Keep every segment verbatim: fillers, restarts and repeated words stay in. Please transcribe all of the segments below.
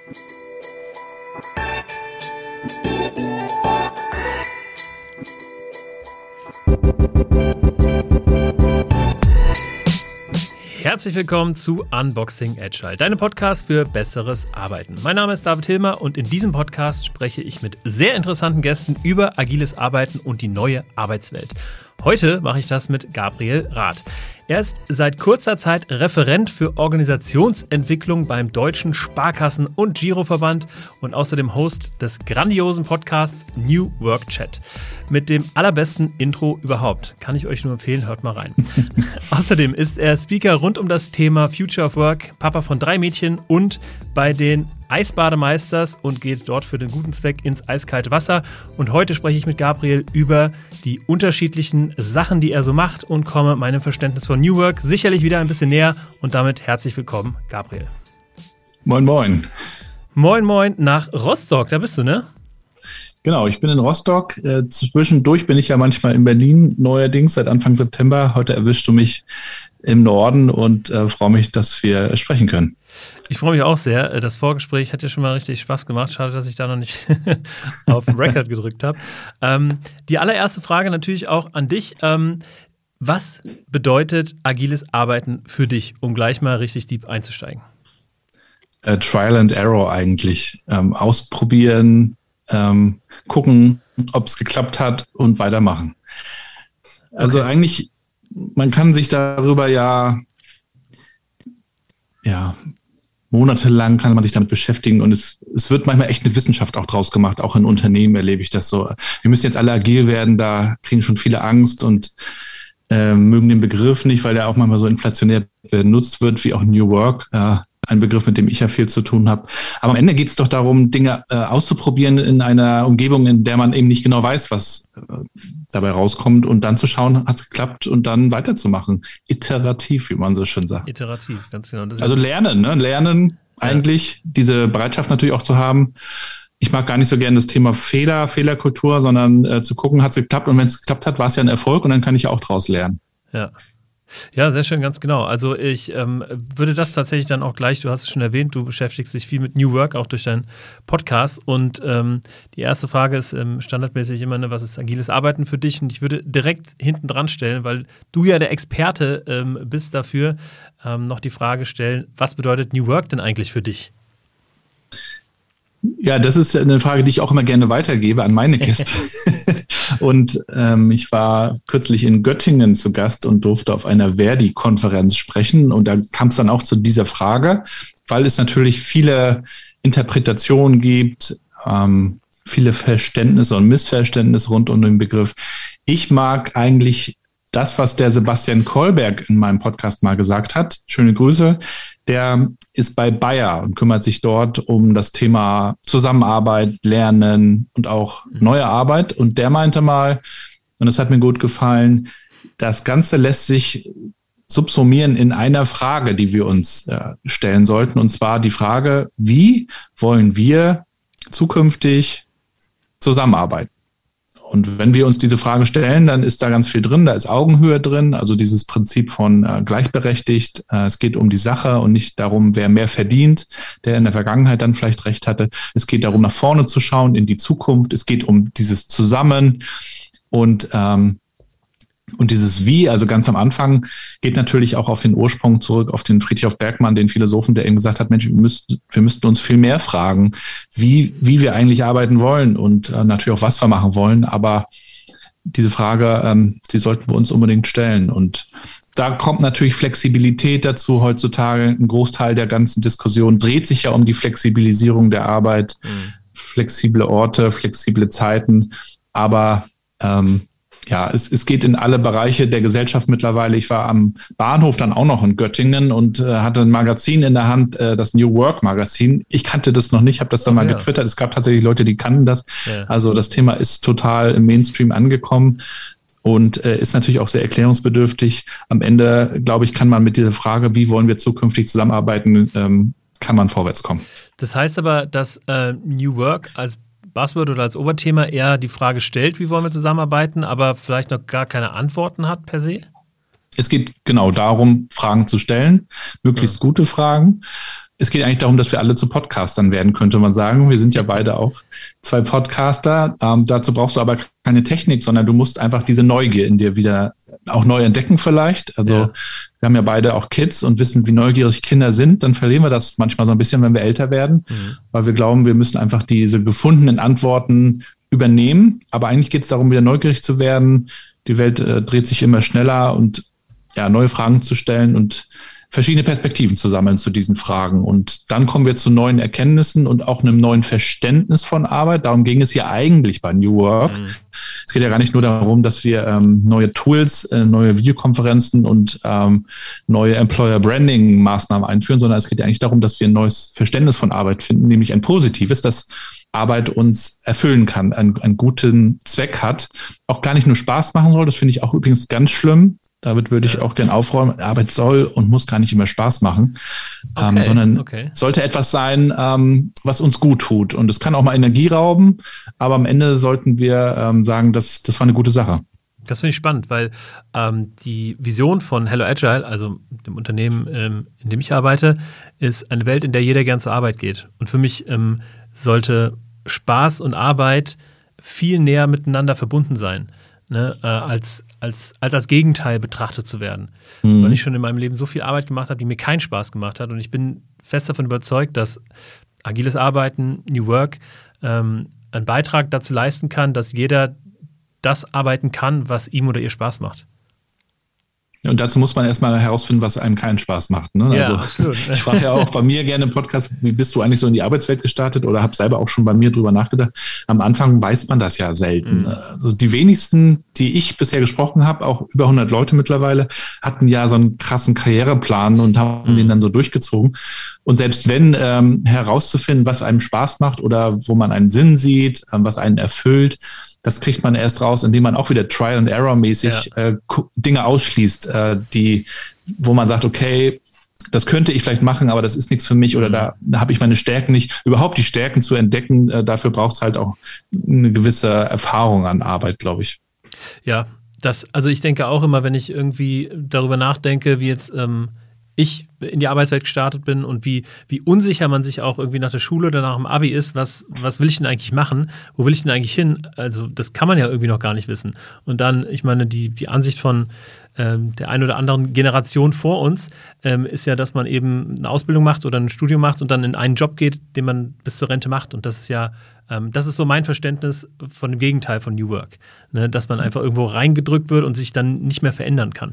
Herzlich willkommen zu Unboxing Agile, deinem Podcast für besseres Arbeiten. Mein Name ist David Hilmer und in diesem Podcast spreche ich mit sehr interessanten Gästen über agiles Arbeiten und die neue Arbeitswelt. Heute mache ich das mit Gabriel Rath. Er ist seit kurzer Zeit Referent für Organisationsentwicklung beim Deutschen Sparkassen- und Giroverband und außerdem Host des grandiosen Podcasts New Work Chat. Mit dem allerbesten Intro überhaupt. Kann ich euch nur empfehlen, hört mal rein. Außerdem ist er Speaker rund um das Thema Future of Work, Papa von drei Mädchen und bei den Eisbademeisters und geht dort für den guten Zweck ins eiskalte Wasser. Und heute spreche ich mit Gabriel über die unterschiedlichen Sachen, die er so macht und komme meinem Verständnis von New Work sicherlich wieder ein bisschen näher. Und damit herzlich willkommen, Gabriel. Moin, moin. Moin, moin nach Rostock, da bist du, ne? Genau, ich bin in Rostock. Äh, zwischendurch bin ich ja manchmal in Berlin, neuerdings seit Anfang September. Heute erwischst du mich im Norden und äh, freue mich, dass wir sprechen können. Ich freue mich auch sehr. Das Vorgespräch hat ja schon mal richtig Spaß gemacht. Schade, dass ich da noch nicht auf Record gedrückt habe. Ähm, die allererste Frage natürlich auch an dich. Ähm, was bedeutet agiles Arbeiten für dich, um gleich mal richtig deep einzusteigen? Äh, Trial and Error eigentlich. Ähm, ausprobieren, ähm, gucken, ob es geklappt hat und weitermachen. Also Okay. eigentlich, man kann sich darüber ja, ja, monatelang kann man sich damit beschäftigen und es, es wird manchmal echt eine Wissenschaft auch draus gemacht. Auch in Unternehmen erlebe ich das so. Wir müssen jetzt alle agil werden, da kriegen schon viele Angst und äh, mögen den Begriff nicht, weil der auch manchmal so inflationär benutzt wird, wie auch New Work. Äh, ein Begriff, mit dem ich ja viel zu tun habe. Aber am Ende geht es doch darum, Dinge äh, auszuprobieren in einer Umgebung, in der man eben nicht genau weiß, was äh, dabei rauskommt und dann zu schauen, hat es geklappt und dann weiterzumachen. Iterativ, wie man so schön sagt. Iterativ, ganz genau. Das Also lernen, ne? Lernen Ja. eigentlich, diese Bereitschaft natürlich auch zu haben. Ich mag gar nicht so gerne das Thema Fehler, Fehlerkultur, sondern äh, zu gucken, hat es geklappt und wenn es geklappt hat, war es ja ein Erfolg und dann kann ich ja auch draus lernen. Ja. Ja, sehr schön, ganz genau. Also ich ähm, würde das tatsächlich dann auch gleich, du hast es schon erwähnt, du beschäftigst dich viel mit New Work, auch durch deinen Podcast. Und ähm, die erste Frage ist ähm, standardmäßig immer, ne, was ist agiles Arbeiten für dich? Und ich würde direkt hinten dran stellen, weil du ja der Experte ähm, bist dafür, ähm, noch die Frage stellen, was bedeutet New Work denn eigentlich für dich? Ja, das ist eine Frage, die ich auch immer gerne weitergebe an meine Gäste. Und ähm, ich war kürzlich in Göttingen zu Gast und durfte auf einer Verdi-Konferenz sprechen. Und da kam es dann auch zu dieser Frage, weil es natürlich viele Interpretationen gibt, ähm, viele Verständnisse und Missverständnisse rund um den Begriff. Ich mag eigentlich das, was der Sebastian Kolberg in meinem Podcast mal gesagt hat. Schöne Grüße. Der ist bei Bayer und kümmert sich dort um das Thema Zusammenarbeit, Lernen und auch neue Arbeit. Und der meinte mal, und das hat mir gut gefallen, das Ganze lässt sich subsumieren in einer Frage, die wir uns äh, stellen sollten. Und zwar die Frage, wie wollen wir zukünftig zusammenarbeiten? Und wenn wir uns diese Frage stellen, dann ist da ganz viel drin, da ist Augenhöhe drin, also dieses Prinzip von äh, gleichberechtigt. Äh, es geht um die Sache und nicht darum, wer mehr verdient, der in der Vergangenheit dann vielleicht recht hatte. Es geht darum, nach vorne zu schauen, in die Zukunft. Es geht um dieses Zusammen und ähm, Und dieses Wie, also ganz am Anfang, geht natürlich auch auf den Ursprung zurück, auf den Friedrich Bergmann, den Philosophen, der eben gesagt hat, Mensch, wir müssten, wir müssten uns viel mehr fragen, wie, wie wir eigentlich arbeiten wollen und äh, natürlich auch, was wir machen wollen. Aber diese Frage, ähm, die sollten wir uns unbedingt stellen. Und da kommt natürlich Flexibilität dazu heutzutage. Ein Großteil der ganzen Diskussion dreht sich ja um die Flexibilisierung der Arbeit, mhm. flexible Orte, flexible Zeiten. Aber ähm, Ja, es, es geht in alle Bereiche der Gesellschaft mittlerweile. Ich war am Bahnhof dann auch noch in Göttingen und äh, hatte ein Magazin in der Hand, äh, das New Work Magazin. Ich kannte das noch nicht, habe das dann oh, mal ja. getwittert. Es gab tatsächlich Leute, die kannten das. Ja. Also das Thema ist total im Mainstream angekommen und äh, ist natürlich auch sehr erklärungsbedürftig. Am Ende, glaube ich, kann man mit dieser Frage, wie wollen wir zukünftig zusammenarbeiten, ähm, kann man vorwärts kommen. Das heißt aber, dass äh, New Work als Buzzword oder als Oberthema eher die Frage stellt, wie wollen wir zusammenarbeiten, aber vielleicht noch gar keine Antworten hat per se? Es geht genau darum, Fragen zu stellen, möglichst ja. gute Fragen. es geht eigentlich darum, dass wir alle zu Podcastern werden, könnte man sagen. Wir sind ja beide auch zwei Podcaster. Ähm, dazu brauchst du aber keine Technik, sondern du musst einfach diese Neugier in dir wieder auch neu entdecken vielleicht. Also ja. Wir haben ja beide auch Kids und wissen, wie neugierig Kinder sind. Dann verlieren wir das manchmal so ein bisschen, wenn wir älter werden, mhm. weil wir glauben, wir müssen einfach diese gefundenen Antworten übernehmen. Aber eigentlich geht es darum, wieder neugierig zu werden. Die Welt äh, dreht sich immer schneller und ja, neue Fragen zu stellen und verschiedene Perspektiven zu sammeln zu diesen Fragen. Und dann kommen wir zu neuen Erkenntnissen und auch einem neuen Verständnis von Arbeit. Darum ging es hier eigentlich bei New Work. Mhm. Es geht ja gar nicht nur darum, dass wir ähm, neue Tools, äh, neue Videokonferenzen und ähm, neue Employer-Branding-Maßnahmen einführen, sondern es geht ja eigentlich darum, dass wir ein neues Verständnis von Arbeit finden, nämlich ein positives, das Arbeit uns erfüllen kann, einen, einen guten Zweck hat, auch gar nicht nur Spaß machen soll. Das finde ich auch übrigens ganz schlimm. Damit würde ich auch gern aufräumen. Arbeit soll und muss gar nicht immer Spaß machen, okay, ähm, sondern okay. sollte etwas sein, ähm, was uns gut tut. Und es kann auch mal Energie rauben, aber am Ende sollten wir ähm, sagen, das, das war eine gute Sache. Das finde ich spannend, weil ähm, die Vision von Hello Agile, also dem Unternehmen, ähm, in dem ich arbeite, ist eine Welt, in der jeder gern zur Arbeit geht. Und für mich ähm, sollte Spaß und Arbeit viel näher miteinander verbunden sein. Ne, äh, als, als, als als Gegenteil betrachtet zu werden. Mhm. Weil ich schon in meinem Leben so viel Arbeit gemacht habe, die mir keinen Spaß gemacht hat. Und ich bin fest davon überzeugt, dass agiles Arbeiten, New Work, ähm, einen Beitrag dazu leisten kann, dass jeder das arbeiten kann, was ihm oder ihr Spaß macht. Und dazu muss man erstmal herausfinden, was einem keinen Spaß macht. Ne? Ja, also absolut. Ich frage ja auch bei mir gerne im Podcast, wie bist du eigentlich so in die Arbeitswelt gestartet oder habe selber auch schon bei mir drüber nachgedacht. Am Anfang weiß man das ja selten. Mhm. Also die wenigsten, die ich bisher gesprochen habe, auch über hundert Leute mittlerweile, hatten ja so einen krassen Karriereplan und haben mhm. den dann so durchgezogen. Und selbst wenn ähm, herauszufinden, was einem Spaß macht oder wo man einen Sinn sieht, ähm, was einen erfüllt, das kriegt man erst raus, indem man auch wieder Trial-and-Error-mäßig ja. äh, Dinge ausschließt, äh, die, wo man sagt, okay, das könnte ich vielleicht machen, aber das ist nichts für mich oder mhm. da, da habe ich meine Stärken nicht. Überhaupt die Stärken zu entdecken, äh, dafür braucht es halt auch eine gewisse Erfahrung an Arbeit, glaube ich. Ja, das, also ich denke auch immer, wenn ich irgendwie darüber nachdenke, wie jetzt ähm, ich in die Arbeitswelt gestartet bin und wie, wie unsicher man sich auch irgendwie nach der Schule oder nach dem Abi ist, was, was will ich denn eigentlich machen? Wo will ich denn eigentlich hin? Also das kann man ja irgendwie noch gar nicht wissen. Und dann, ich meine, die, die Ansicht von ähm, der einen oder anderen Generation vor uns ähm, ist ja, dass man eben eine Ausbildung macht oder ein Studium macht und dann in einen Job geht, den man bis zur Rente macht. Und das ist ja, ähm, das ist so mein Verständnis von dem Gegenteil von New Work. Ne? Dass man einfach irgendwo reingedrückt wird und sich dann nicht mehr verändern kann.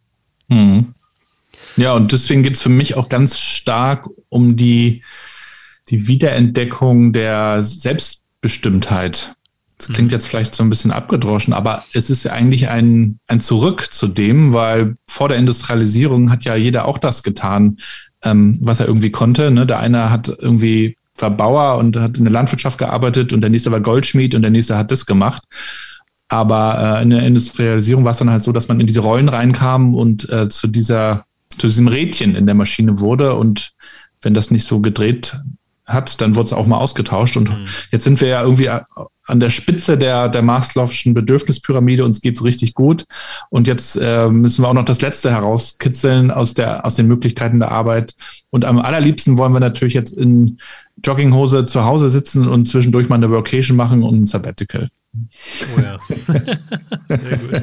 Mhm. Ja, und deswegen geht es für mich auch ganz stark um die, die Wiederentdeckung der Selbstbestimmtheit. Das klingt jetzt vielleicht so ein bisschen abgedroschen, aber es ist ja eigentlich ein, ein Zurück zu dem, weil vor der Industrialisierung hat ja jeder auch das getan, ähm, was er irgendwie konnte. Ne? Der eine hat irgendwie war Bauer und hat in der Landwirtschaft gearbeitet und der nächste war Goldschmied und der nächste hat das gemacht. Aber äh, in der Industrialisierung war es dann halt so, dass man in diese Rollen reinkam und äh, zu dieser zu diesem Rädchen in der Maschine wurde und wenn das nicht so gedreht hat, dann wurde es auch mal ausgetauscht und mhm. jetzt sind wir ja irgendwie an der Spitze der, der Maslow'schen Bedürfnispyramide, uns geht's richtig gut und jetzt äh, müssen wir auch noch das Letzte herauskitzeln aus der, aus den Möglichkeiten der Arbeit und am allerliebsten wollen wir natürlich jetzt in Jogginghose zu Hause sitzen und zwischendurch mal eine Workation machen und ein Sabbatical. Oh ja. Sehr gut.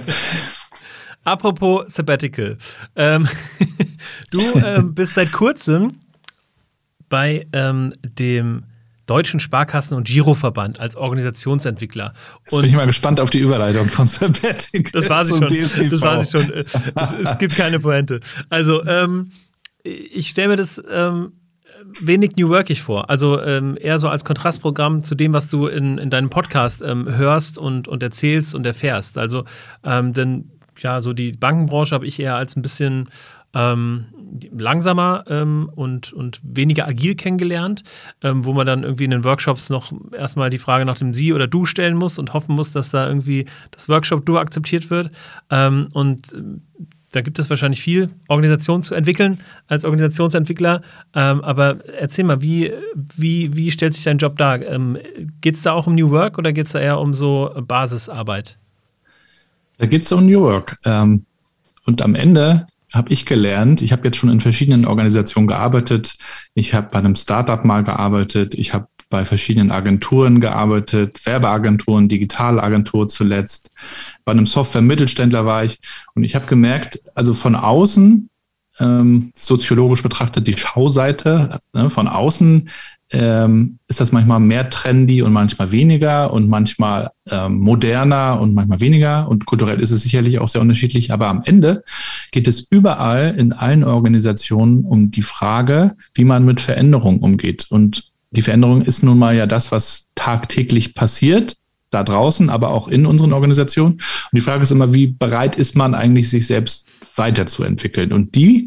Apropos Sabbatical. Ähm, du ähm, bist seit kurzem bei ähm, dem Deutschen Sparkassen- und Giroverband als Organisationsentwickler. Jetzt und bin ich mal gespannt auf die Überleitung von Sabbatical. Das war sie schon. Das war sie schon. Es, es gibt keine Pointe. Also ähm, ich stelle mir das ähm, wenig New Workig vor. Also ähm, eher so als Kontrastprogramm zu dem, was du in, in deinem Podcast ähm, hörst und, und erzählst und erfährst. Also ähm, denn ja, so die Bankenbranche habe ich eher als ein bisschen ähm, langsamer ähm, und, und weniger agil kennengelernt, ähm, wo man dann irgendwie in den Workshops noch erstmal die Frage nach dem Sie oder Du stellen muss und hoffen muss, dass da irgendwie das Workshop-Du akzeptiert wird. Ähm, und äh, da gibt es wahrscheinlich viel Organisation zu entwickeln als Organisationsentwickler. Ähm, aber erzähl mal, wie, wie, wie stellt sich dein Job dar? Ähm, geht es da auch um New Work oder geht es da eher um so Basisarbeit? Da geht es um New Work. Ähm, und am Ende habe ich gelernt. Ich habe jetzt schon in verschiedenen Organisationen gearbeitet. Ich habe bei einem Startup mal gearbeitet. Ich habe bei verschiedenen Agenturen gearbeitet, Werbeagenturen, Digitalagentur zuletzt. Bei einem Software-Mittelständler war ich. Und ich habe gemerkt, also von außen, ähm, soziologisch betrachtet die Schauseite, ne, von außen ähm, ist das manchmal mehr trendy und manchmal weniger und manchmal ähm, moderner und manchmal weniger. Und kulturell ist es sicherlich auch sehr unterschiedlich. Aber am Ende geht es überall in allen Organisationen um die Frage, wie man mit Veränderung umgeht. Und die Veränderung ist nun mal ja das, was tagtäglich passiert, da draußen, aber auch in unseren Organisationen. Und die Frage ist immer, wie bereit ist man eigentlich, sich selbst weiterzuentwickeln? Und die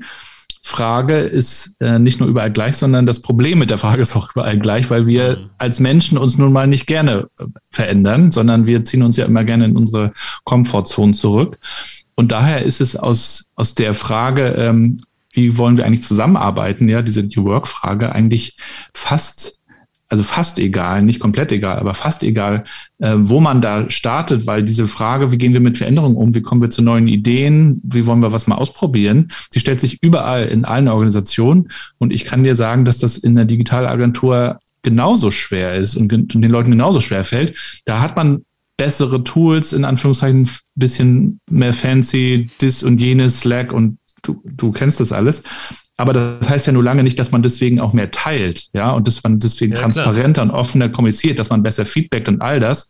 Frage ist äh, nicht nur überall gleich, sondern das Problem mit der Frage ist auch überall gleich, weil wir mhm. als Menschen uns nun mal nicht gerne äh, verändern, sondern wir ziehen uns ja immer gerne in unsere Komfortzone zurück. Und daher ist es aus, aus der Frage, ähm, wie wollen wir eigentlich zusammenarbeiten, ja, diese New Work-Frage eigentlich fast, also fast egal, nicht komplett egal, aber fast egal, äh, wo man da startet, weil diese Frage, wie gehen wir mit Veränderungen um, wie kommen wir zu neuen Ideen, wie wollen wir was mal ausprobieren, die stellt sich überall in allen Organisationen. Und ich kann dir sagen, dass das in der Digitalagentur genauso schwer ist und, und den Leuten genauso schwer fällt. Da hat man bessere Tools, in Anführungszeichen, ein bisschen mehr fancy, das und jenes, Slack und Du, du kennst das alles, aber das heißt ja nur lange nicht, dass man deswegen auch mehr teilt, ja, und dass man deswegen ja, transparenter klar. und offener kommuniziert, dass man besser feedbackt und all das.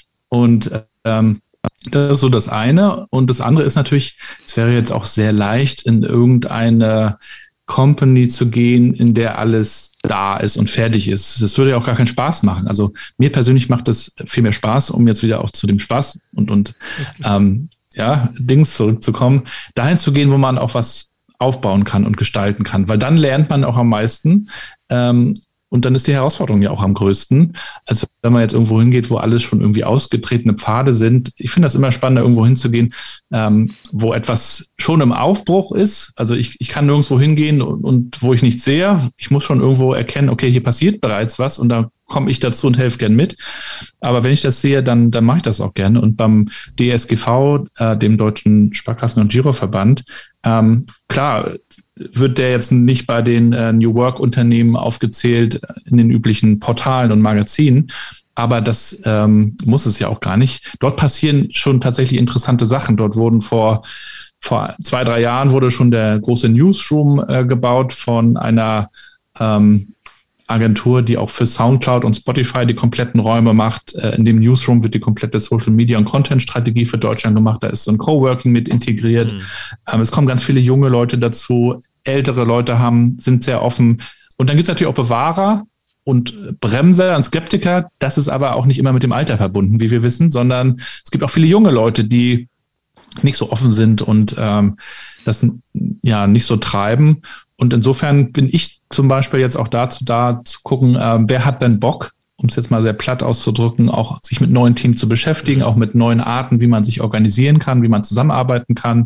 Und ähm, das ist so das eine. Und das andere ist natürlich, es wäre jetzt auch sehr leicht, in irgendeine Company zu gehen, in der alles da ist und fertig ist. Das würde ja auch gar keinen Spaß machen. Also mir persönlich macht das viel mehr Spaß, um jetzt wieder auch zu dem Spaß und, und ähm, ja, Dings zurückzukommen, dahin zu gehen, wo man auch was aufbauen kann und gestalten kann, weil dann lernt man auch am meisten ähm, und dann ist die Herausforderung ja auch am größten, als wenn man jetzt irgendwo hingeht, wo alles schon irgendwie ausgetretene Pfade sind. Ich finde das immer spannender, irgendwo hinzugehen, ähm, wo etwas schon im Aufbruch ist. Also ich, ich kann nirgendwo hingehen und, und wo ich nichts sehe. Ich muss schon irgendwo erkennen, okay, hier passiert bereits was und da komme ich dazu und helfe gern mit. Aber wenn ich das sehe, dann, dann mache ich das auch gerne. Und beim D S G V, äh, dem Deutschen Sparkassen- und Giroverband, ähm, klar, wird der jetzt nicht bei den äh, New Work-Unternehmen aufgezählt in den üblichen Portalen und Magazinen. Aber das ähm, muss es ja auch gar nicht. Dort passieren schon tatsächlich interessante Sachen. Dort wurden vor, vor zwei, drei Jahren wurde schon der große Newsroom äh, gebaut von einer ähm, Agentur, die auch für Soundcloud und Spotify die kompletten Räume macht. In dem Newsroom wird die komplette Social Media und Content-Strategie für Deutschland gemacht. Da ist so ein Coworking mit integriert. Mhm. Es kommen ganz viele junge Leute dazu. Ältere Leute haben, sind sehr offen. Und dann gibt es natürlich auch Bewahrer und Bremser und Skeptiker. Das ist aber auch nicht immer mit dem Alter verbunden, wie wir wissen, sondern es gibt auch viele junge Leute, die nicht so offen sind und ähm, das ja nicht so treiben. Und insofern bin ich zum Beispiel jetzt auch dazu da zu gucken, äh, wer hat denn Bock, um es jetzt mal sehr platt auszudrücken, auch sich mit neuen Teams zu beschäftigen, auch mit neuen Arten, wie man sich organisieren kann, wie man zusammenarbeiten kann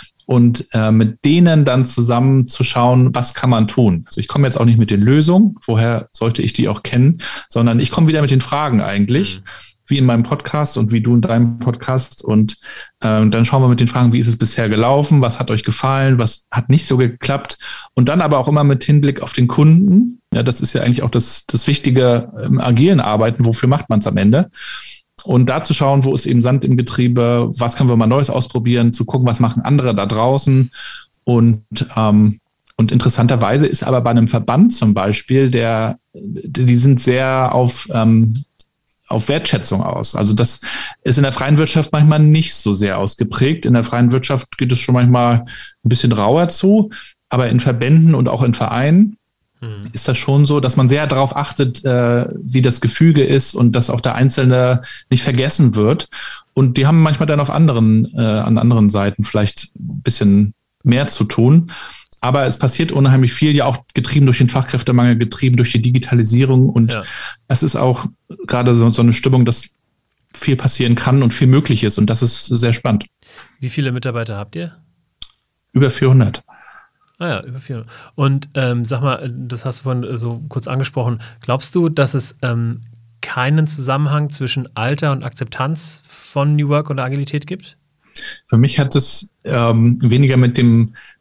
und äh, mit denen dann zusammen zu schauen, was kann man tun. Also ich komme jetzt auch nicht mit den Lösungen, woher sollte ich die auch kennen, sondern ich komme wieder mit den Fragen eigentlich, mhm. wie in meinem Podcast und wie du in deinem Podcast. Und äh, dann schauen wir mit den Fragen, wie ist es bisher gelaufen, was hat euch gefallen, was hat nicht so geklappt. Und dann aber auch immer mit Hinblick auf den Kunden. Ja, das ist ja eigentlich auch das, das Wichtige im agilen Arbeiten. Wofür macht man es am Ende? Und da zu schauen, wo ist eben Sand im Getriebe, was können wir mal Neues ausprobieren, zu gucken, was machen andere da draußen. Und ähm, Und interessanterweise ist aber bei einem Verband zum Beispiel, der, die sind sehr auf, ähm, auf Wertschätzung aus. Also das ist in der freien Wirtschaft manchmal nicht so sehr ausgeprägt. In der freien Wirtschaft geht es schon manchmal ein bisschen rauer zu, aber in Verbänden und auch in Vereinen hm. ist das schon so, dass man sehr darauf achtet, äh, wie das Gefüge ist und dass auch der Einzelne nicht vergessen wird. Und die haben manchmal dann auf anderen, äh, an anderen Seiten vielleicht ein bisschen mehr zu tun. Aber es passiert unheimlich viel, ja auch getrieben durch den Fachkräftemangel, getrieben durch die Digitalisierung. Und ja. es ist auch gerade so, so eine Stimmung, dass viel passieren kann und viel möglich ist. Und das ist sehr spannend. Wie viele Mitarbeiter habt ihr? Über vierhundert. Ah ja, über vierhundert. Und ähm, sag mal, das hast du vorhin so kurz angesprochen. Glaubst du, dass es ähm, keinen Zusammenhang zwischen Alter und Akzeptanz von New Work und Agilität gibt? Für mich hat es ähm, weniger mit dem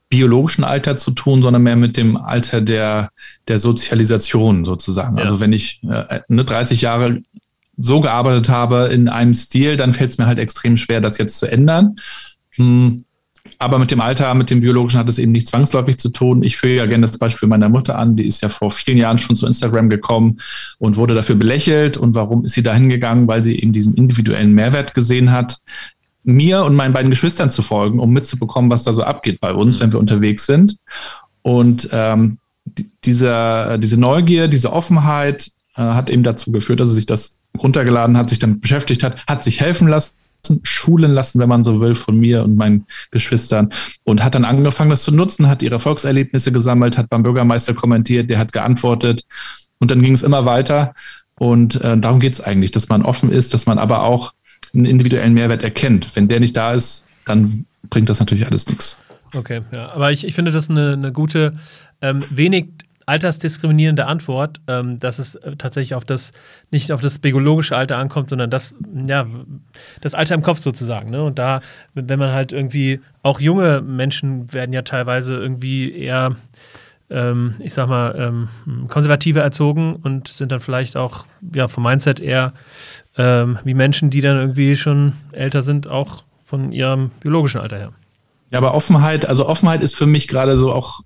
biologischen Alter zu tun, sondern mehr mit dem Alter der, der Sozialisation sozusagen. Ja. Also wenn ich äh, ne, dreißig Jahre so gearbeitet habe in einem Stil, dann fällt es mir halt extrem schwer, das jetzt zu ändern. Hm. Aber mit dem Alter, mit dem Biologischen hat es eben nicht zwangsläufig zu tun. Ich führe ja gerne das Beispiel meiner Mutter an. Die ist ja vor vielen Jahren schon zu Instagram gekommen und wurde dafür belächelt. Und warum ist sie da hingegangen? Weil sie eben diesen individuellen Mehrwert gesehen hat, mir und meinen beiden Geschwistern zu folgen, um mitzubekommen, was da so abgeht bei uns, wenn wir unterwegs sind. Und ähm, die, diese, diese Neugier, diese Offenheit äh, hat eben dazu geführt, dass sie sich das runtergeladen hat, sich damit beschäftigt hat, hat sich helfen lassen, schulen lassen, wenn man so will, von mir und meinen Geschwistern und hat dann angefangen, das zu nutzen, hat ihre Erfolgserlebnisse gesammelt, hat beim Bürgermeister kommentiert, der hat geantwortet und dann ging es immer weiter und äh, darum geht es eigentlich, dass man offen ist, dass man aber auch einen individuellen Mehrwert erkennt. Wenn der nicht da ist, dann bringt das natürlich alles nichts. Okay, ja, aber ich, ich finde das eine, eine gute, ähm, wenig altersdiskriminierende Antwort, ähm, dass es tatsächlich auf das, nicht auf das biologische Alter ankommt, sondern das, ja, das Alter im Kopf sozusagen. Ne? Und da, wenn man halt irgendwie, auch junge Menschen werden ja teilweise irgendwie eher, ähm, ich sag mal, ähm, konservativer erzogen und sind dann vielleicht auch ja, vom Mindset eher ähm, wie Menschen, die dann irgendwie schon älter sind, auch von ihrem biologischen Alter her. Ja, aber Offenheit, also Offenheit ist für mich gerade so auch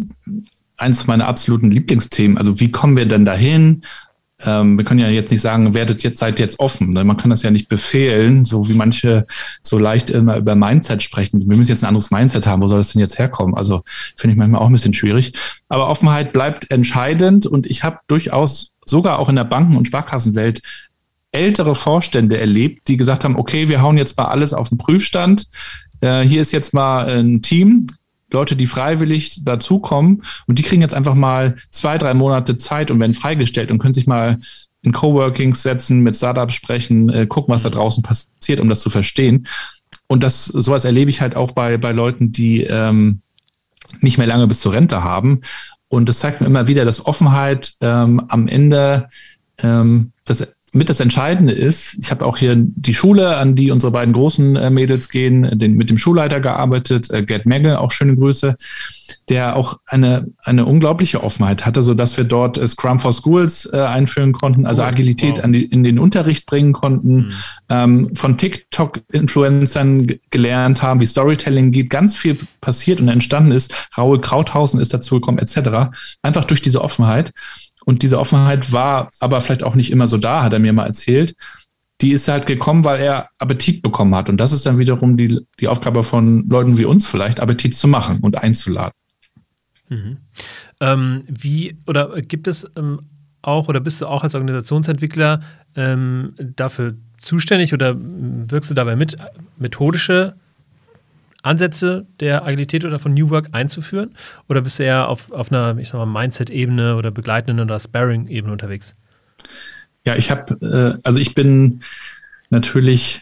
eins meiner absoluten Lieblingsthemen. Also wie kommen wir denn dahin? Ähm, wir können ja jetzt nicht sagen, werdet jetzt, seid jetzt offen. Man kann das ja nicht befehlen, so wie manche so leicht immer über Mindset sprechen. Wir müssen jetzt ein anderes Mindset haben. Wo soll das denn jetzt herkommen? Also finde ich manchmal auch ein bisschen schwierig. Aber Offenheit bleibt entscheidend und ich habe durchaus sogar auch in der Banken- und Sparkassenwelt ältere Vorstände erlebt, die gesagt haben, okay, wir hauen jetzt mal alles auf den Prüfstand. Äh, hier ist jetzt mal ein Team, Leute, die freiwillig dazukommen und die kriegen jetzt einfach mal zwei, drei Monate Zeit und werden freigestellt und können sich mal in Coworkings setzen, mit Startups sprechen, äh, gucken, was da draußen passiert, um das zu verstehen. Und das, sowas erlebe ich halt auch bei, bei Leuten, die ähm, nicht mehr lange bis zur Rente haben. Und das zeigt mir immer wieder, dass Offenheit ähm, am Ende ähm, das mit das Entscheidende ist. Ich habe auch hier die Schule, an die unsere beiden großen äh, Mädels gehen, den, mit dem Schulleiter gearbeitet, äh, Gerd Megge, auch schöne Grüße, der auch eine, eine unglaubliche Offenheit hatte, sodass wir dort äh, Scrum for Schools äh, einführen konnten, also cool. Agilität wow. an die, in den Unterricht bringen konnten, mhm. ähm, von TikTok-Influencern g- gelernt haben, wie Storytelling geht, ganz viel passiert und entstanden ist. Raoul Krauthausen ist dazu gekommen, et cetera. Einfach durch diese Offenheit. Und diese Offenheit war aber vielleicht auch nicht immer so da, hat er mir mal erzählt. Die ist halt gekommen, weil er Appetit bekommen hat. Und das ist dann wiederum die, die Aufgabe von Leuten wie uns vielleicht, Appetit zu machen und einzuladen. Mhm. Ähm, wie, oder gibt es ähm, auch, oder bist du auch als Organisationsentwickler ähm, dafür zuständig oder wirkst du dabei mit, methodische Ansätze der Agilität oder von New Work einzuführen? Oder bist du eher auf, auf einer, ich sag mal, Mindset-Ebene oder begleitenden oder Sparring-Ebene unterwegs? Ja, ich habe, äh, also ich bin natürlich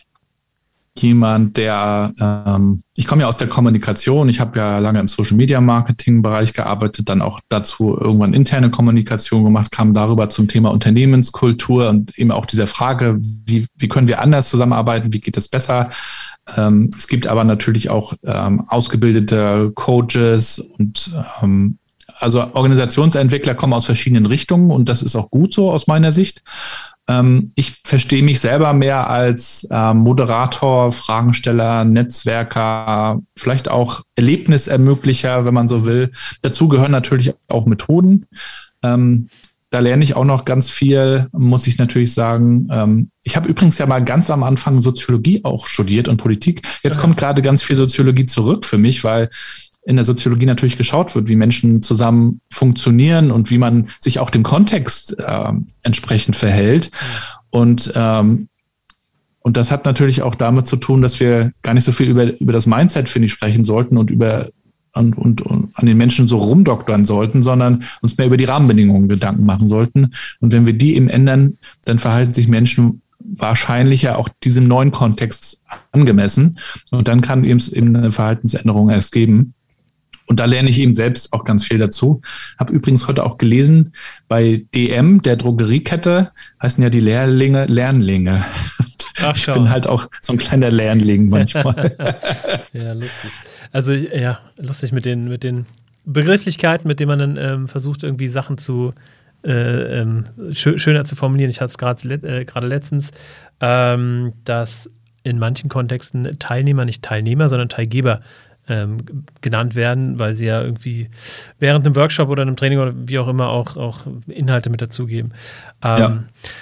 jemand, der, ähm, ich komme ja aus der Kommunikation, ich habe ja lange im Social-Media-Marketing-Bereich gearbeitet, dann auch dazu irgendwann interne Kommunikation gemacht, kam darüber zum Thema Unternehmenskultur und eben auch dieser Frage, wie, wie können wir anders zusammenarbeiten, wie geht es besser? Ähm, es gibt aber natürlich auch ähm, ausgebildete Coaches und ähm, also Organisationsentwickler kommen aus verschiedenen Richtungen und das ist auch gut so aus meiner Sicht. Ähm, ich verstehe mich selber mehr als äh, Moderator, Fragensteller, Netzwerker, vielleicht auch Erlebnisermöglicher, wenn man so will. Dazu gehören natürlich auch Methoden. Ähm, Da lerne ich auch noch ganz viel, muss ich natürlich sagen. Ähm, ich habe übrigens ja mal ganz am Anfang Soziologie auch studiert und Politik. Jetzt ja. kommt gerade ganz viel Soziologie zurück für mich, weil in der Soziologie natürlich geschaut wird, wie Menschen zusammen funktionieren und wie man sich auch dem Kontext äh, entsprechend verhält. Ja. Und, ähm, und das hat natürlich auch damit zu tun, dass wir gar nicht so viel über, über das Mindset, finde ich, sprechen sollten und über Und, und, und an den Menschen so rumdoktern sollten, sondern uns mehr über die Rahmenbedingungen Gedanken machen sollten. Und wenn wir die eben ändern, dann verhalten sich Menschen wahrscheinlicher auch diesem neuen Kontext angemessen. Und dann kann eben, eben eine Verhaltensänderung erst geben. Und da lerne ich eben selbst auch ganz viel dazu. Habe übrigens heute auch gelesen, bei D M, der Drogeriekette, heißen ja die Lehrlinge Lernlinge. Ach, ich bin halt auch so ein kleiner Lernling manchmal. Ja, lustig. Also ja, lustig mit den, mit den Begrifflichkeiten, mit denen man dann ähm, versucht, irgendwie Sachen zu äh, ähm, schö- schöner zu formulieren. Ich hatte es gerade äh, gerade letztens, ähm, dass in manchen Kontexten Teilnehmer nicht Teilnehmer, sondern Teilgeber ähm, genannt werden, weil sie ja irgendwie während einem Workshop oder einem Training oder wie auch immer auch, auch Inhalte mit dazugeben. Ähm, ja.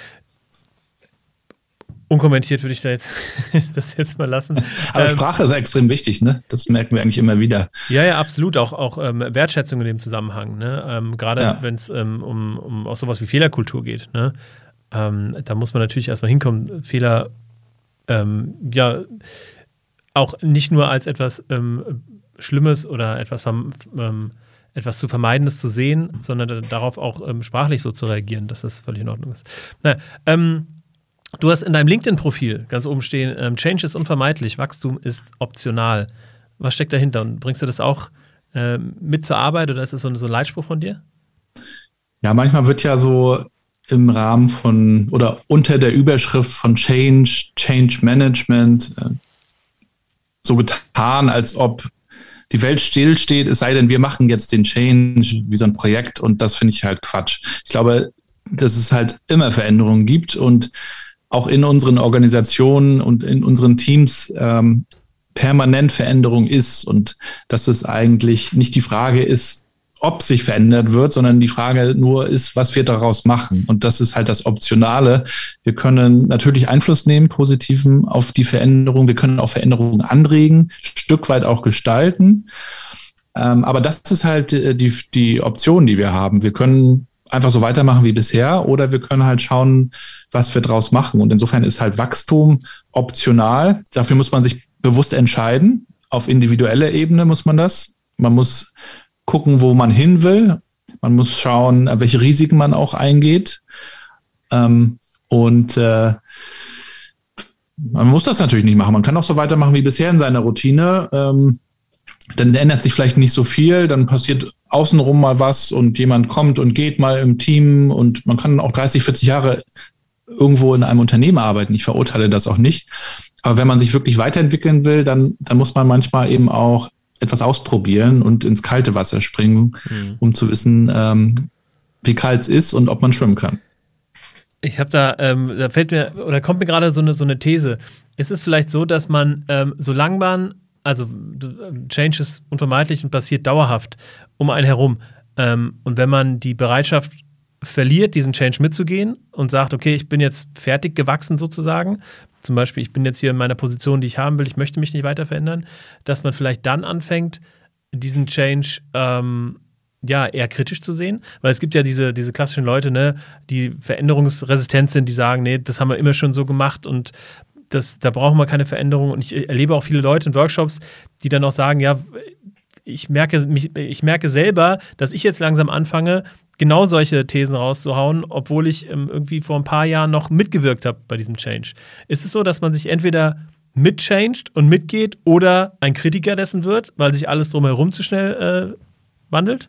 Unkommentiert würde ich da jetzt das jetzt mal lassen. Aber ähm, Sprache ist extrem wichtig, ne? Das merken wir eigentlich immer wieder. Ja, ja, absolut. Auch, auch ähm, Wertschätzung in dem Zusammenhang. Ne? Ähm, gerade Ja. wenn es ähm, um, um auch sowas wie Fehlerkultur geht. Ne? Ähm, da muss man natürlich erstmal hinkommen, Fehler ähm, ja auch nicht nur als etwas ähm, Schlimmes oder etwas, verm- ähm, etwas zu Vermeidendes zu sehen, sondern darauf auch ähm, sprachlich so zu reagieren, dass das völlig in Ordnung ist. Naja, ähm, du hast in deinem LinkedIn-Profil ganz oben stehen, ähm, Change ist unvermeidlich, Wachstum ist optional. Was steckt dahinter? Und bringst du das auch ähm, mit zur Arbeit oder ist das so ein, so ein Leitspruch von dir? Ja, manchmal wird ja so im Rahmen von oder unter der Überschrift von Change, Change Management äh, so getan, als ob die Welt stillsteht, es sei denn, wir machen jetzt den Change wie so ein Projekt und das finde ich halt Quatsch. Ich glaube, dass es halt immer Veränderungen gibt und auch in unseren Organisationen und in unseren Teams ähm, permanent Veränderung ist und dass es eigentlich nicht die Frage ist, ob sich verändert wird, sondern die Frage nur ist, was wir daraus machen. Und das ist halt das Optionale. Wir können natürlich Einfluss nehmen, positiven, auf die Veränderung. Wir können auch Veränderungen anregen, ein Stück weit auch gestalten. Ähm, aber das ist halt die, die Option, die wir haben. Wir können einfach so weitermachen wie bisher oder wir können halt schauen, was wir draus machen. Und insofern ist halt Wachstum optional. Dafür muss man sich bewusst entscheiden. Auf individueller Ebene muss man das. Man muss gucken, wo man hin will. Man muss schauen, welche Risiken man auch eingeht. Ähm, und äh, man muss das natürlich nicht machen. Man kann auch so weitermachen wie bisher in seiner Routine. Ähm, dann ändert sich vielleicht nicht so viel. Dann passiert außenrum mal was und jemand kommt und geht mal im Team und man kann auch dreißig, vierzig Jahre irgendwo in einem Unternehmen arbeiten. Ich verurteile das auch nicht. Aber wenn man sich wirklich weiterentwickeln will, dann, dann muss man manchmal eben auch etwas ausprobieren und ins kalte Wasser springen, mhm. um zu wissen, ähm, wie kalt es ist und ob man schwimmen kann. Ich habe da, ähm, da fällt mir, oder kommt mir gerade so eine, so eine These. Ist es vielleicht so, dass man, ähm, solange man, also Change ist unvermeidlich und passiert dauerhaft um einen herum. Ähm, und wenn man die Bereitschaft verliert, diesen Change mitzugehen und sagt, okay, ich bin jetzt fertig gewachsen sozusagen, zum Beispiel, ich bin jetzt hier in meiner Position, die ich haben will, ich möchte mich nicht weiter verändern, dass man vielleicht dann anfängt, diesen Change ähm, ja, eher kritisch zu sehen. Weil es gibt ja diese, diese klassischen Leute, ne, die veränderungsresistent sind, die sagen, nee, das haben wir immer schon so gemacht und das, da brauchen wir keine Veränderung. Und ich erlebe auch viele Leute in Workshops, die dann auch sagen, ja, ich merke, mich, ich merke selber, dass ich jetzt langsam anfange, genau solche Thesen rauszuhauen, obwohl ich ähm, irgendwie vor ein paar Jahren noch mitgewirkt habe bei diesem Change. Ist es so, dass man sich entweder mitchanged und mitgeht oder ein Kritiker dessen wird, weil sich alles drumherum zu schnell äh, wandelt?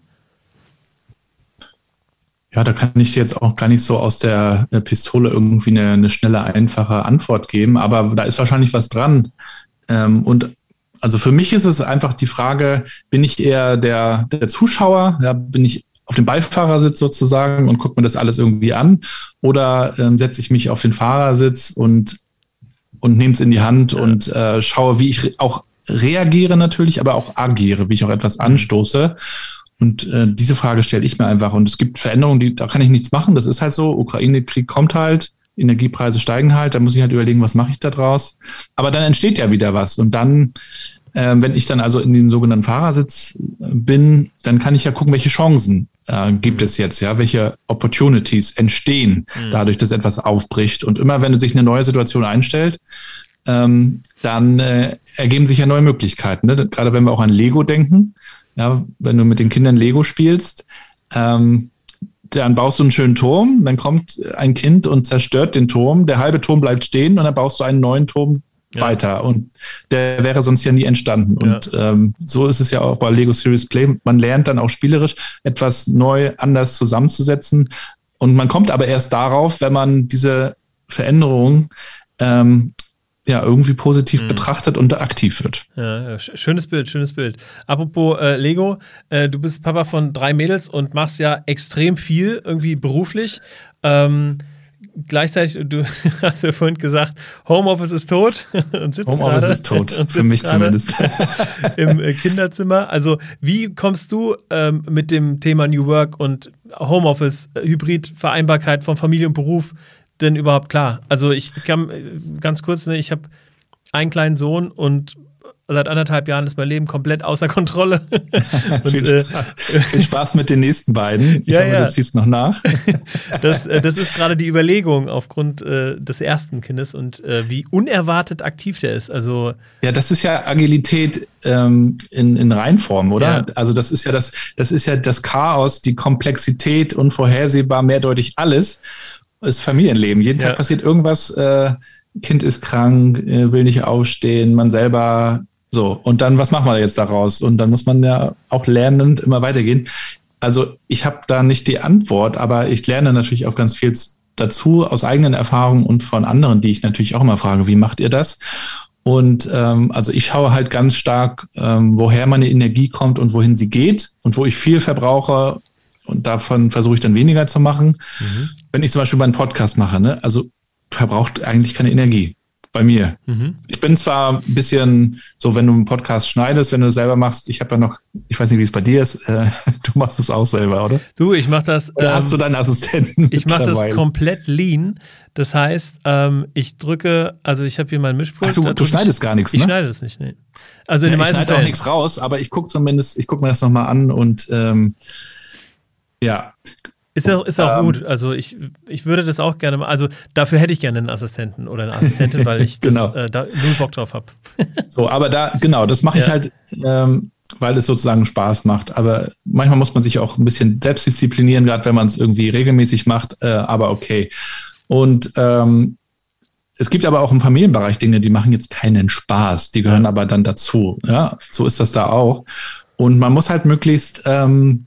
Ja, da kann ich jetzt auch gar nicht so aus der Pistole irgendwie eine, eine schnelle, einfache Antwort geben, aber da ist wahrscheinlich was dran. Ähm, und also für mich ist es einfach die Frage, bin ich eher der, der Zuschauer, ja, bin ich auf dem Beifahrersitz sozusagen und gucke mir das alles irgendwie an oder ähm, setze ich mich auf den Fahrersitz und, und nehme es in die Hand ja. und äh, schaue, wie ich auch reagiere natürlich, aber auch agiere, wie ich auch etwas anstoße. Und äh, diese Frage stelle ich mir einfach. Und es gibt Veränderungen, die, da kann ich nichts machen. Das ist halt so. Ukraine-Krieg kommt halt, Energiepreise steigen halt. Da muss ich halt überlegen, was mache ich da draus. Aber dann entsteht ja wieder was. Und dann, äh, wenn ich dann also in dem sogenannten Fahrersitz bin, dann kann ich ja gucken, welche Chancen äh, gibt es jetzt, ja, welche Opportunities entstehen mhm. dadurch, dass etwas aufbricht. Und immer, wenn sich eine neue Situation einstellt, ähm, dann äh, ergeben sich ja neue Möglichkeiten. Ne? Gerade wenn wir auch an Lego denken. Ja, wenn du mit den Kindern Lego spielst, ähm, dann baust du einen schönen Turm, dann kommt ein Kind und zerstört den Turm, der halbe Turm bleibt stehen und dann baust du einen neuen Turm ja. weiter und der wäre sonst ja nie entstanden. Ja. Und ähm, so ist es ja auch bei Lego Serious Play. Man lernt dann auch spielerisch etwas neu, anders zusammenzusetzen und man kommt aber erst darauf, wenn man diese Veränderung ähm, ja, irgendwie positiv Mhm. betrachtet und aktiv wird. Ja, ja, sch- schönes Bild, schönes Bild. Apropos äh, Lego, äh, du bist Papa von drei Mädels und machst ja extrem viel irgendwie beruflich. Ähm, gleichzeitig, du hast ja vorhin gesagt, Homeoffice ist tot und sitzt Homeoffice gerade ist tot, und für sitzt mich gerade zumindest. im äh, Kinderzimmer. Also wie kommst du ähm, mit dem Thema New Work und Homeoffice, äh, Hybrid-Vereinbarkeit von Familie und Beruf denn überhaupt klar? Also ich kann äh, ganz kurz, ne, ich habe einen kleinen Sohn und seit anderthalb Jahren ist mein Leben komplett außer Kontrolle. Und, viel, äh, Spaß. viel Spaß mit den nächsten beiden. Ich Ja, hoffe, ja. du ziehst noch nach. das, äh, das ist gerade die Überlegung aufgrund äh, des ersten Kindes und äh, wie unerwartet aktiv der ist. Also Ja, das ist ja Agilität ähm, in, in Reinform, oder? Ja. Also das ist ja das, das ist ja das Chaos, die Komplexität, unvorhersehbar, mehrdeutig alles ist Familienleben. Jeden Ja. Tag passiert irgendwas, äh, Kind ist krank, äh, will nicht aufstehen, man selber so. Und dann, was machen wir jetzt daraus? Und dann muss man ja auch lernend immer weitergehen. Also ich habe da nicht die Antwort, aber ich lerne natürlich auch ganz viel dazu aus eigenen Erfahrungen und von anderen, die ich natürlich auch immer frage, wie macht ihr das? Und ähm, also ich schaue halt ganz stark, ähm, woher meine Energie kommt und wohin sie geht und wo ich viel verbrauche und davon versuche ich dann weniger zu machen. Mhm. Wenn ich zum Beispiel meinen Podcast mache, ne, also verbraucht eigentlich keine Energie bei mir. Mhm. Ich bin zwar ein bisschen so, wenn du einen Podcast schneidest, wenn du es selber machst, ich habe ja noch, ich weiß nicht, wie es bei dir ist, äh, du machst es auch selber, oder? Du, ich mache das. Oder ähm, hast du deinen Assistenten? Ich mache das mittlerweile? komplett lean. Das heißt, ähm, ich drücke, also ich habe hier mein Mischpult. Ach, du, da du drück schneidest ich, gar nichts, Ich ne? schneide das nicht, nee. Also in Ja, den ich meisten schneide auch Fällen. nichts raus, aber ich gucke zumindest, ich gucke mir das nochmal an und ähm, ja. Ist auch, ist auch Ähm, gut. Also ich, ich würde das auch gerne mal, also dafür hätte ich gerne einen Assistenten oder eine Assistentin, weil ich das, Genau. äh, da null Bock drauf habe. So, aber da, genau, das mache ich Ja. halt, ähm, weil es sozusagen Spaß macht. Aber manchmal muss man sich auch ein bisschen selbst disziplinieren, gerade wenn man es irgendwie regelmäßig macht, äh, aber okay. Und ähm, es gibt aber auch im Familienbereich Dinge, die machen jetzt keinen Spaß, die gehören aber dann dazu. Ja, so ist das da auch. Und man muss halt möglichst ähm,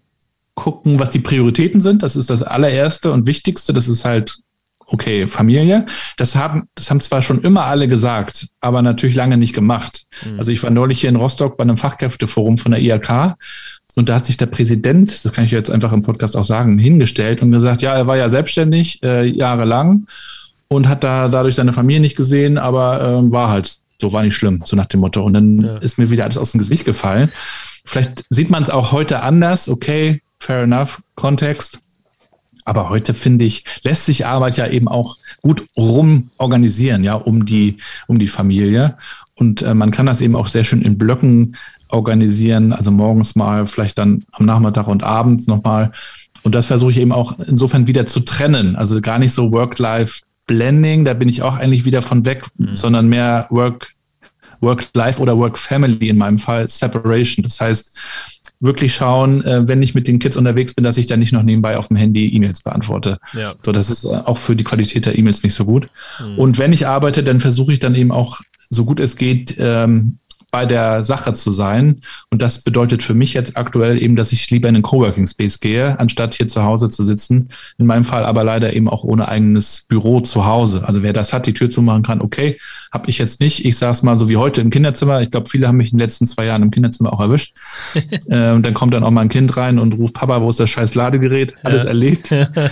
gucken, was die Prioritäten sind. Das ist das allererste und wichtigste. Das ist halt, okay, Familie. Das haben, das haben zwar schon immer alle gesagt, aber natürlich lange nicht gemacht. Mhm. Also ich war neulich hier in Rostock bei einem Fachkräfteforum von der I H K und da hat sich der Präsident, das kann ich jetzt einfach im Podcast auch sagen, hingestellt und gesagt, ja, er war ja selbstständig äh, jahrelang und hat da dadurch seine Familie nicht gesehen, aber äh, war halt so, war nicht schlimm, so nach dem Motto. Und dann Ja. ist mir wieder alles aus dem Gesicht gefallen. Vielleicht sieht man es auch heute anders, okay, fair enough, Kontext. Aber heute, finde ich, lässt sich Arbeit ja eben auch gut rum organisieren, ja, um die, um die Familie. Und äh, man kann das eben auch sehr schön in Blöcken organisieren, also morgens mal, vielleicht dann am Nachmittag und abends nochmal. Und das versuche ich eben auch insofern wieder zu trennen. Also gar nicht so Work-Life-Blending, da bin ich auch eigentlich wieder von weg, Mhm. sondern mehr Work, Work-Life oder Work-Family in meinem Fall, Separation. Das heißt, wirklich schauen, äh, wenn ich mit den Kids unterwegs bin, dass ich dann nicht noch nebenbei auf dem Handy E-Mails beantworte. Ja. So, das ist äh, auch für die Qualität der E-Mails nicht so gut. Mhm. Und wenn ich arbeite, dann versuche ich dann eben auch, so gut es geht, ähm, bei der Sache zu sein. Und das bedeutet für mich jetzt aktuell eben, dass ich lieber in einen Coworking Space gehe, anstatt hier zu Hause zu sitzen. In meinem Fall aber leider eben auch ohne eigenes Büro zu Hause. Also wer das hat, die Tür zumachen kann, okay, habe ich jetzt nicht. Ich saß mal so wie heute im Kinderzimmer. Ich glaube, viele haben mich in den letzten zwei Jahren im Kinderzimmer auch erwischt. äh, und dann kommt dann auch mal ein Kind rein und ruft, Papa, wo ist das scheiß Ladegerät? Alles Ja. erlebt.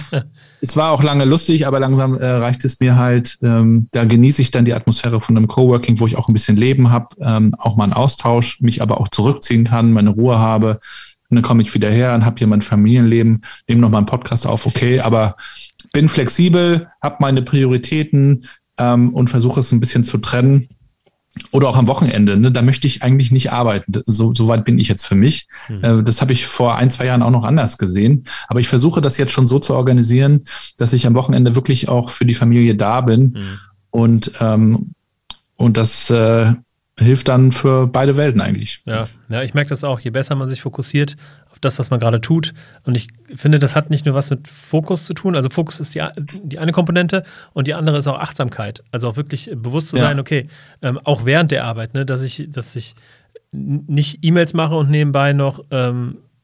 Es war auch lange lustig, aber langsam äh, reicht es mir halt. Ähm, da genieße ich dann die Atmosphäre von einem Coworking, wo ich auch ein bisschen Leben habe, ähm, auch mal einen Austausch, mich aber auch zurückziehen kann, meine Ruhe habe. Und dann komme ich wieder her und habe hier mein Familienleben, nehme noch mal einen Podcast auf, okay, aber bin flexibel, habe meine Prioritäten ähm, und versuche es ein bisschen zu trennen. Oder auch am Wochenende, ne? Da möchte ich eigentlich nicht arbeiten. So, so weit bin ich jetzt für mich. Mhm. Äh, das habe ich vor ein, zwei Jahren auch noch anders gesehen. Aber ich versuche das jetzt schon so zu organisieren, dass ich am Wochenende wirklich auch für die Familie da bin. Mhm. Und, ähm, und das äh, hilft dann für beide Welten eigentlich. Ja, ja, ich merke das auch. Je besser man sich fokussiert auf das, was man gerade tut. Und ich finde, das hat nicht nur was mit Fokus zu tun. Also Fokus ist die, die eine Komponente und die andere ist auch Achtsamkeit. Also auch wirklich bewusst zu Ja. sein, okay, ähm, auch während der Arbeit, ne, dass ich, dass ich n- nicht E-Mails mache und nebenbei noch ähm,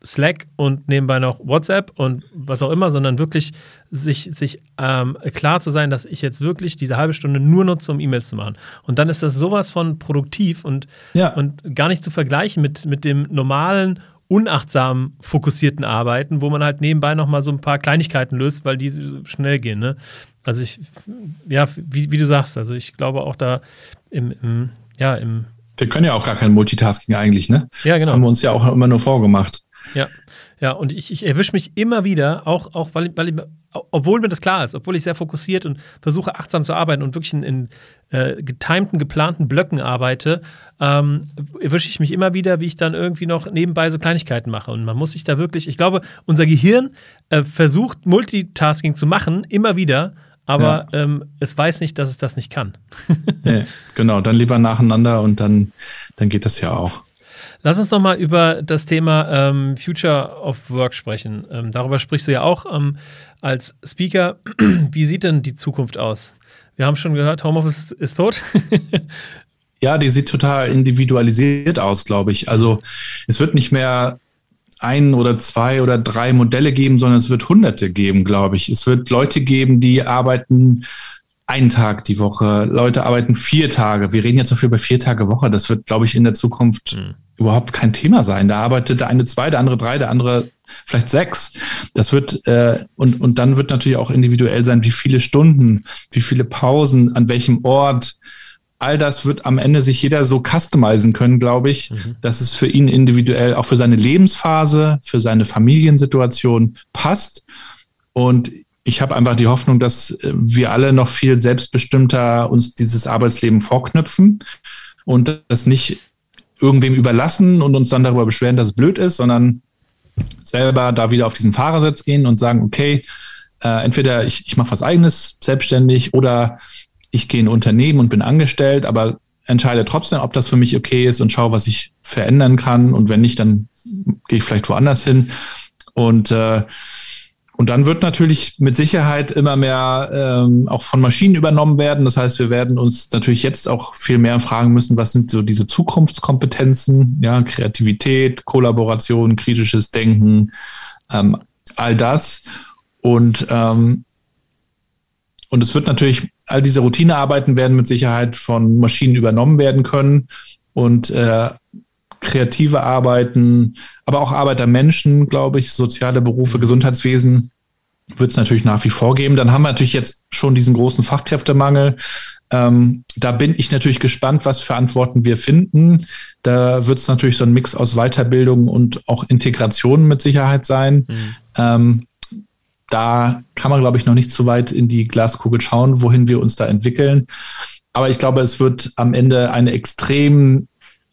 Slack und nebenbei noch WhatsApp und was auch immer, sondern wirklich sich, sich ähm, klar zu sein, dass ich jetzt wirklich diese halbe Stunde nur nutze, um E-Mails zu machen. Und dann ist das sowas von produktiv und, ja. und gar nicht zu vergleichen mit, mit dem normalen, unachtsam fokussierten Arbeiten, wo man halt nebenbei noch mal so ein paar Kleinigkeiten löst, weil die schnell gehen. Ne? Also ich, ja, wie, wie du sagst, also ich glaube auch da im, im ja, im Wir können ja auch gar kein Multitasking eigentlich, ne? Ja, genau. Das haben wir uns ja auch immer nur vorgemacht. Ja, ja, und ich, ich erwische mich immer wieder, auch, auch weil, weil ich, obwohl mir das klar ist, obwohl ich sehr fokussiert und versuche achtsam zu arbeiten und wirklich in, in äh, getimten, geplanten Blöcken arbeite, ähm, erwische ich mich immer wieder, wie ich dann irgendwie noch nebenbei so Kleinigkeiten mache. Und man muss sich da wirklich, ich glaube, unser Gehirn äh, versucht Multitasking zu machen, immer wieder, aber ja. ähm, es weiß nicht, dass es das nicht kann. Nee, genau, dann lieber nacheinander und dann, dann geht das ja auch. Lass uns noch mal über das Thema ähm, Future of Work sprechen. Ähm, darüber sprichst du ja auch ähm, als Speaker. Wie sieht denn die Zukunft aus? Wir haben schon gehört, Homeoffice ist tot. Ja, die sieht total individualisiert aus, glaube ich. Also es wird nicht mehr ein oder zwei oder drei Modelle geben, sondern es wird Hunderte geben, glaube ich. Es wird Leute geben, die arbeiten einen Tag die Woche. Leute arbeiten vier Tage. Wir reden jetzt dafür über vier Tage Woche. Das wird, glaube ich, in der Zukunft mhm. überhaupt kein Thema sein. Da arbeitet der eine zwei, der andere drei, der andere vielleicht sechs. Das wird, äh, und, und dann wird natürlich auch individuell sein, wie viele Stunden, wie viele Pausen, an welchem Ort. All das wird am Ende sich jeder so customizen können, glaube ich, mhm. dass es für ihn individuell, auch für seine Lebensphase, für seine Familiensituation passt. Und ich habe einfach die Hoffnung, dass wir alle noch viel selbstbestimmter uns dieses Arbeitsleben vorknüpfen und das nicht irgendwem überlassen und uns dann darüber beschweren, dass es blöd ist, sondern selber da wieder auf diesen Fahrersitz gehen und sagen, okay, äh, entweder ich, ich mache was Eigenes selbstständig oder ich gehe in ein Unternehmen und bin angestellt, aber entscheide trotzdem, ob das für mich okay ist und schaue, was ich verändern kann. Und wenn nicht, dann gehe ich vielleicht woanders hin. Und, äh, und dann wird natürlich mit Sicherheit immer mehr ähm, auch von Maschinen übernommen werden. Das heißt, wir werden uns natürlich jetzt auch viel mehr fragen müssen, was sind so diese Zukunftskompetenzen, ja, Kreativität, Kollaboration, kritisches Denken, ähm, all das. Und, ähm, und es wird natürlich, all diese Routinearbeiten werden mit Sicherheit von Maschinen übernommen werden können und äh, kreative Arbeiten, aber auch Arbeit der Menschen, glaube ich, soziale Berufe, Gesundheitswesen wird es natürlich nach wie vor geben. Dann haben wir natürlich jetzt schon diesen großen Fachkräftemangel. Ähm, da bin ich natürlich gespannt, was für Antworten wir finden. Da wird es natürlich so ein Mix aus Weiterbildung und auch Integration mit Sicherheit sein. Mhm. Ähm, Da kann man, glaube ich, noch nicht zu weit in die Glaskugel schauen, wohin wir uns da entwickeln. Aber ich glaube, es wird am Ende eine extrem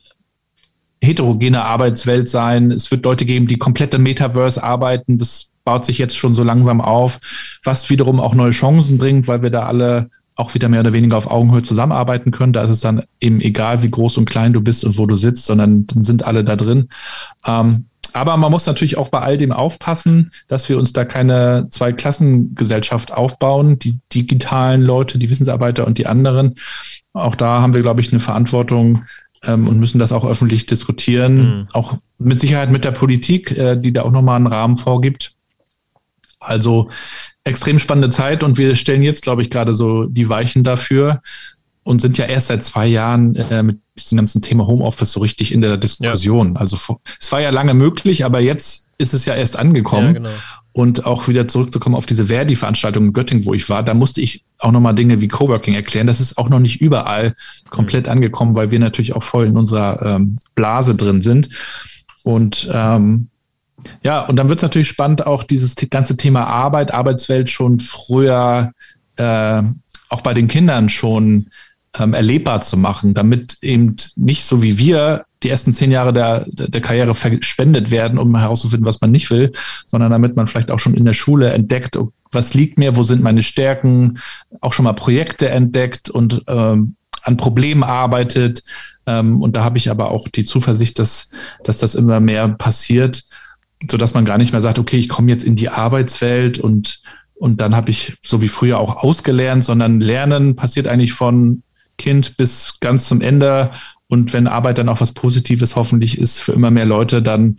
heterogene Arbeitswelt sein. Es wird Leute geben, die komplett im Metaverse arbeiten. Das baut sich jetzt schon so langsam auf, was wiederum auch neue Chancen bringt, weil wir da alle auch wieder mehr oder weniger auf Augenhöhe zusammenarbeiten können. Da ist es dann eben egal, wie groß und klein du bist und wo du sitzt, sondern dann sind alle da drin. Ähm, Aber man muss natürlich auch bei all dem aufpassen, dass wir uns da keine Zweiklassengesellschaft aufbauen, die digitalen Leute, die Wissensarbeiter und die anderen. Auch da haben wir, glaube ich, eine Verantwortung ähm, und müssen das auch öffentlich diskutieren. Mhm. Auch mit Sicherheit mit der Politik, äh, die da auch nochmal einen Rahmen vorgibt. Also extrem spannende Zeit und wir stellen jetzt, glaube ich, gerade so die Weichen dafür. Und sind ja erst seit zwei Jahren äh, mit diesem ganzen Thema Homeoffice so richtig in der Diskussion. Ja. Also es war ja lange möglich, aber jetzt ist es ja erst angekommen. Ja, genau. Und auch wieder zurückzukommen auf diese Verdi-Veranstaltung in Göttingen, wo ich war, da musste ich auch nochmal Dinge wie Coworking erklären. Das ist auch noch nicht überall komplett mhm. angekommen, weil wir natürlich auch voll in unserer ähm, Blase drin sind. Und ähm, ja, und dann wird es natürlich spannend, auch dieses ganze Thema Arbeit, Arbeitswelt schon früher äh, auch bei den Kindern schon Ähm, erlebbar zu machen, damit eben nicht so wie wir die ersten zehn Jahre der, der Karriere verschwendet werden, um herauszufinden, was man nicht will, sondern damit man vielleicht auch schon in der Schule entdeckt, was liegt mir, wo sind meine Stärken, auch schon mal Projekte entdeckt und ähm, an Problemen arbeitet. Ähm, und da habe ich aber auch die Zuversicht, dass, dass das immer mehr passiert, sodass man gar nicht mehr sagt, okay, ich komme jetzt in die Arbeitswelt und, und dann habe ich so wie früher auch ausgelernt, sondern Lernen passiert eigentlich von Kind bis ganz zum Ende. Und wenn Arbeit dann auch was Positives hoffentlich ist für immer mehr Leute, dann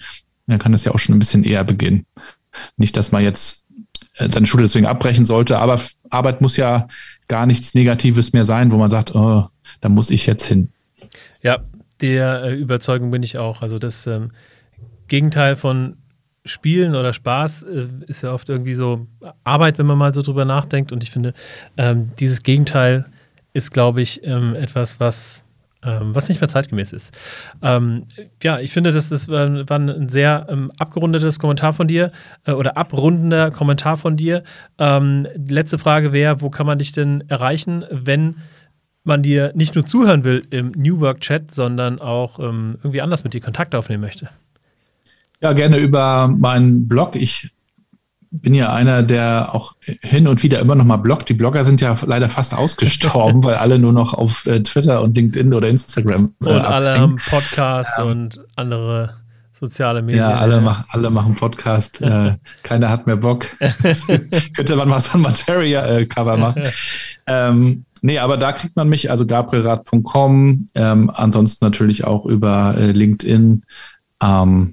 dann kann das ja auch schon ein bisschen eher beginnen. Nicht, dass man jetzt seine Schule deswegen abbrechen sollte, aber Arbeit muss ja gar nichts Negatives mehr sein, wo man sagt, oh, da muss ich jetzt hin. Ja, der äh, Überzeugung bin ich auch. Also das ähm, Gegenteil von Spielen oder Spaß äh, ist ja oft irgendwie so Arbeit, wenn man mal so drüber nachdenkt. Und ich finde, ähm, dieses Gegenteil ist, glaube ich, ähm, etwas, was Ähm, was nicht mehr zeitgemäß ist. Ähm, ja, ich finde, das, das war, war ein sehr ähm, abgerundetes Kommentar von dir äh, oder abrundender Kommentar von dir. Ähm, die letzte Frage wäre, wo kann man dich denn erreichen, wenn man dir nicht nur zuhören will im New Work Chat, sondern auch ähm, irgendwie anders mit dir Kontakt aufnehmen möchte? Ja, gerne über meinen Blog. Ich bin ja einer, der auch hin und wieder immer noch mal bloggt. Die Blogger sind ja leider fast ausgestorben, weil alle nur noch auf äh, Twitter und LinkedIn oder Instagram äh, Und alle abhängen. Haben Podcast ähm, und andere soziale Medien. Ja, alle, mach, alle machen Podcast. äh, keiner hat mehr Bock. Könnte man mal so ein Materia-Cover machen. ähm, nee, aber da kriegt man mich, also gabrielrath punkt com, ähm, ansonsten natürlich auch über äh, LinkedIn. Ähm,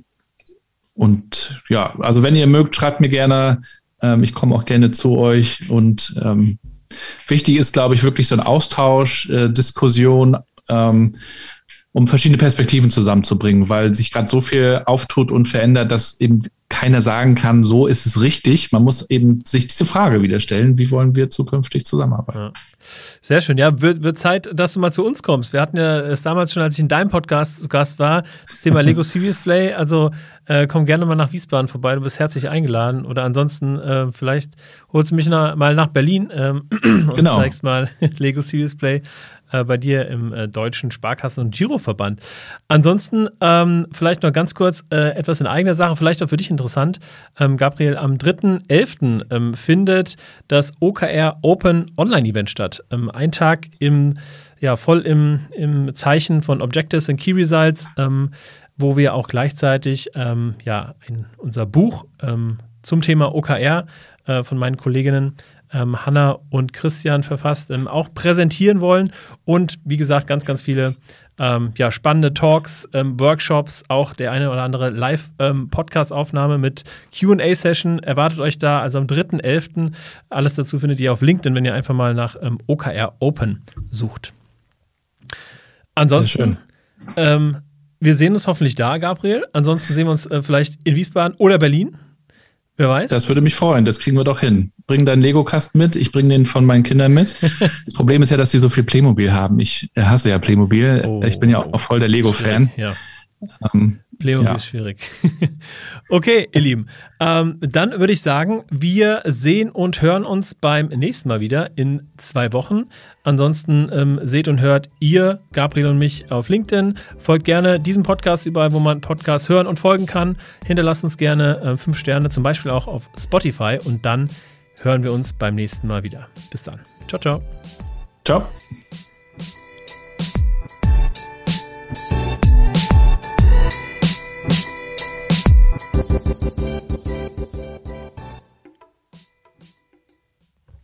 Und ja, also wenn ihr mögt, schreibt mir gerne. Ähm, ich komme auch gerne zu euch. Und ähm, wichtig ist, glaube ich, wirklich so ein Austausch, äh, Diskussion, ähm, um verschiedene Perspektiven zusammenzubringen, weil sich gerade so viel auftut und verändert, dass eben keiner sagen kann, so ist es richtig. Man muss eben sich diese Frage wieder stellen, wie wollen wir zukünftig zusammenarbeiten? Ja. Sehr schön. Ja, wird, wird Zeit, dass du mal zu uns kommst. Wir hatten ja es damals schon, als ich in deinem Podcast zu Gast war, das Thema Lego Serious Play. Also äh, komm gerne mal nach Wiesbaden vorbei. Du bist herzlich eingeladen. Oder ansonsten äh, vielleicht holst du mich nach, mal nach Berlin ähm, und genau. zeigst mal Lego Serious Play äh, bei dir im äh, Deutschen Sparkassen- und Giroverband. Ansonsten ähm, vielleicht noch ganz kurz äh, etwas in eigener Sache, vielleicht auch für dich interessant. Ähm, Gabriel, am dritten elften ähm, findet das O K R Open Online-Event statt. Ähm, ein Tag im, ja, voll im, im Zeichen von Objectives and Key Results, ähm, wo wir auch gleichzeitig ähm, ja, in unser Buch ähm, zum Thema O K R äh, von meinen Kolleginnen ähm, Hanna und Christian verfasst, ähm, auch präsentieren wollen. Und wie gesagt, ganz, ganz viele ähm, ja, spannende Talks, ähm, Workshops, auch der eine oder andere Live-Podcast-Aufnahme ähm, mit Q and A-Session erwartet euch da. Also am dritten elften Alles dazu findet ihr auf LinkedIn, wenn ihr einfach mal nach ähm, O K R Open sucht. Ansonsten, ähm, wir sehen uns hoffentlich da, Gabriel. Ansonsten sehen wir uns äh, vielleicht in Wiesbaden oder Berlin. Wer weiß? Das würde mich freuen, das kriegen wir doch hin. Bring deinen Lego-Kasten mit, ich bringe den von meinen Kindern mit. Das Problem ist ja, dass sie so viel Playmobil haben. Ich hasse ja Playmobil. Oh, ich bin ja auch voll der Lego-Fan. Ja. Ähm, Playmobil ja. ist schwierig. Okay, ihr Lieben. Ähm, dann würde ich sagen, wir sehen und hören uns beim nächsten Mal wieder in zwei Wochen. Ansonsten ähm, seht und hört ihr, Gabriel und mich, auf LinkedIn. Folgt gerne diesem Podcast überall, wo man Podcasts hören und folgen kann. Hinterlasst uns gerne äh, fünf Sterne, zum Beispiel auch auf Spotify. Und dann hören wir uns beim nächsten Mal wieder. Bis dann. Ciao, ciao. Ciao.